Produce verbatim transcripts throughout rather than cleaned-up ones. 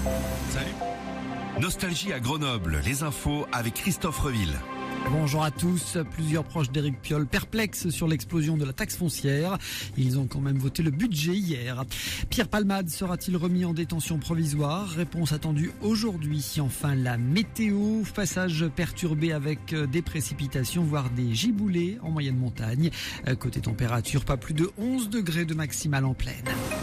Salut. Nostalgie à Grenoble, les infos avec Christophe Reville. Bonjour à tous. Plusieurs proches d'Éric Piolle perplexes sur l'explosion de la taxe foncière. Ils ont quand même voté le budget hier. Pierre Palmade sera-t-il remis en détention provisoire? Réponse attendue aujourd'hui. Enfin, la météo. Passage perturbé avec des précipitations, voire des giboulées en moyenne montagne. Côté température, pas plus de onze degrés de maximale en plaine.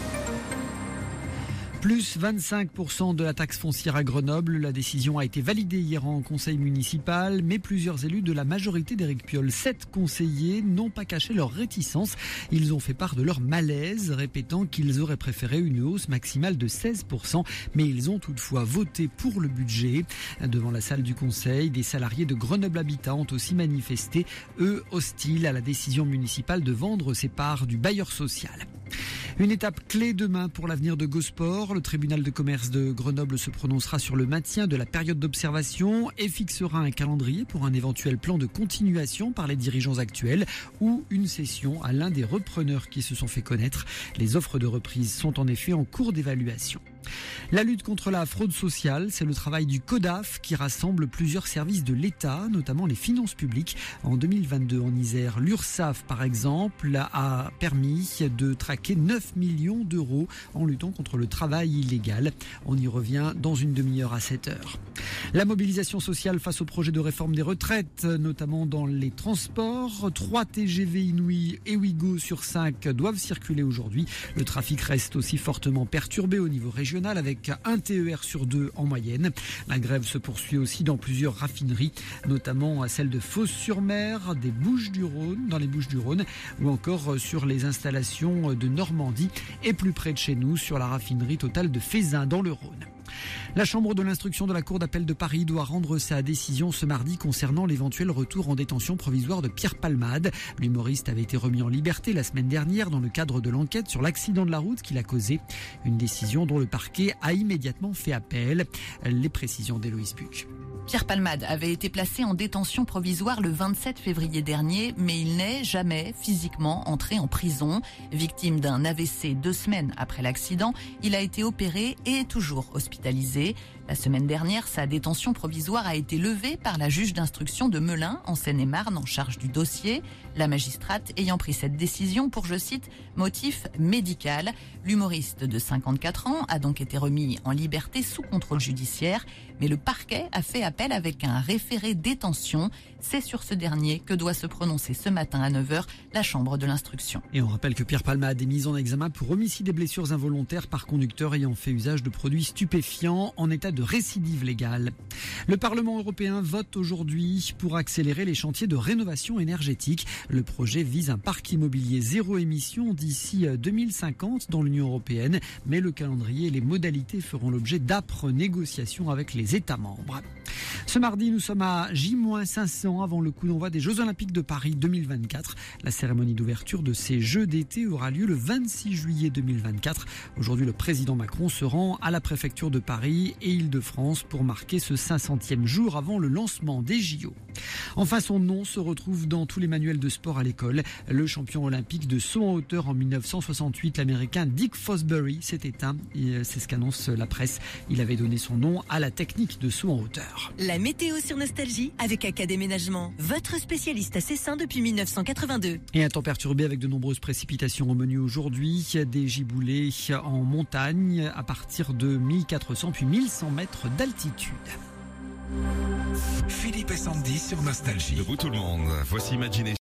Plus vingt-cinq pour cent de la taxe foncière à Grenoble. La décision a été validée hier en conseil municipal, mais plusieurs élus de la majorité d'Éric Piolle, sept conseillers, n'ont pas caché leur réticence. Ils ont fait part de leur malaise, répétant qu'ils auraient préféré une hausse maximale de seize pour cent, mais ils ont toutefois voté pour le budget. Devant la salle du conseil, des salariés de Grenoble Habitat ont aussi manifesté, eux hostiles à la décision municipale de vendre ses parts du bailleur social. Une étape clé demain pour l'avenir de Gosport. Le tribunal de commerce de Grenoble se prononcera sur le maintien de la période d'observation et fixera un calendrier pour un éventuel plan de continuation par les dirigeants actuels ou une cession à l'un des repreneurs qui se sont fait connaître. Les offres de reprise sont en effet en cours d'évaluation. La lutte contre la fraude sociale, c'est le travail du CODAF qui rassemble plusieurs services de l'État, notamment les finances publiques. En deux mille vingt-deux, en Isère, l'URSSAF, par exemple, a permis de traquer neuf millions d'euros en luttant contre le travail illégal. On y revient dans une demi-heure à sept heures. La mobilisation sociale face au projet de réforme des retraites, notamment dans les transports. trois T G V Inouï et Ouigo sur cinq doivent circuler aujourd'hui. Le trafic reste aussi fortement perturbé au niveau régional avec un T E R sur deux en moyenne. La grève se poursuit aussi dans plusieurs raffineries, notamment celle de Fos-sur-Mer, des Bouches-du-Rhône, dans les Bouches-du-Rhône, ou encore sur les installations de Normandie et plus près de chez nous sur la raffinerie Total de Fézin dans le Rhône. La chambre de l'instruction de la Cour d'appel de Paris doit rendre sa décision ce mardi concernant l'éventuel retour en détention provisoire de Pierre Palmade. L'humoriste avait été remis en liberté la semaine dernière dans le cadre de l'enquête sur l'accident de la route qu'il a causé. Une décision dont le parquet a immédiatement fait appel. Les précisions d'Héloïse Puc. Pierre Palmade avait été placé en détention provisoire le vingt-sept février dernier, mais il n'est jamais physiquement entré en prison. Victime d'un A V C deux semaines après l'accident, il a été opéré et est toujours hospitalisé. La semaine dernière, sa détention provisoire a été levée par la juge d'instruction de Melun, en Seine-et-Marne, en charge du dossier. La magistrate ayant pris cette décision pour, je cite, motif médical. L'humoriste de cinquante-quatre ans a donc été remis en liberté sous contrôle judiciaire, mais le parquet a fait appel avec un référé détention. C'est sur ce dernier que doit se prononcer ce matin à neuf heures la chambre de l'instruction. Et on rappelle que Pierre Palmade est mis en examen pour homicide et blessures involontaires par conducteur ayant fait usage de produits stupéfiants en état de récidive légale. Le Parlement européen vote aujourd'hui pour accélérer les chantiers de rénovation énergétique. Le projet vise un parc immobilier zéro émission d'ici deux mille cinquante dans l'Union européenne, mais le calendrier et les modalités feront l'objet d'âpres négociations avec les États membres. Ce mardi, nous sommes à J cinq cents avant le coup d'envoi des Jeux Olympiques de Paris deux mille vingt-quatre. La cérémonie d'ouverture de ces Jeux d'été aura lieu le vingt-six juillet deux mille vingt-quatre. Aujourd'hui, le président Macron se rend à la préfecture de Paris et Île-de-France pour marquer ce cinq centième jour avant le lancement des J O. Enfin, son nom se retrouve dans tous les manuels de sport à l'école. Le champion olympique de saut en hauteur en mille neuf cent soixante-huit, l'américain Dick Fosbury, s'est éteint. C'est ce qu'annonce la presse. Il avait donné son nom à la technique de saut en hauteur. La météo sur Nostalgie avec A K Déménagement, votre spécialiste à Cessin depuis mille neuf cent quatre-vingt-deux. Et un temps perturbé avec de nombreuses précipitations au menu aujourd'hui, des giboulées en montagne à partir de mille quatre cents puis mille cent mètres d'altitude. Philippe et Sandy sur Nostalgie. Debout tout le monde, voici Imaginez.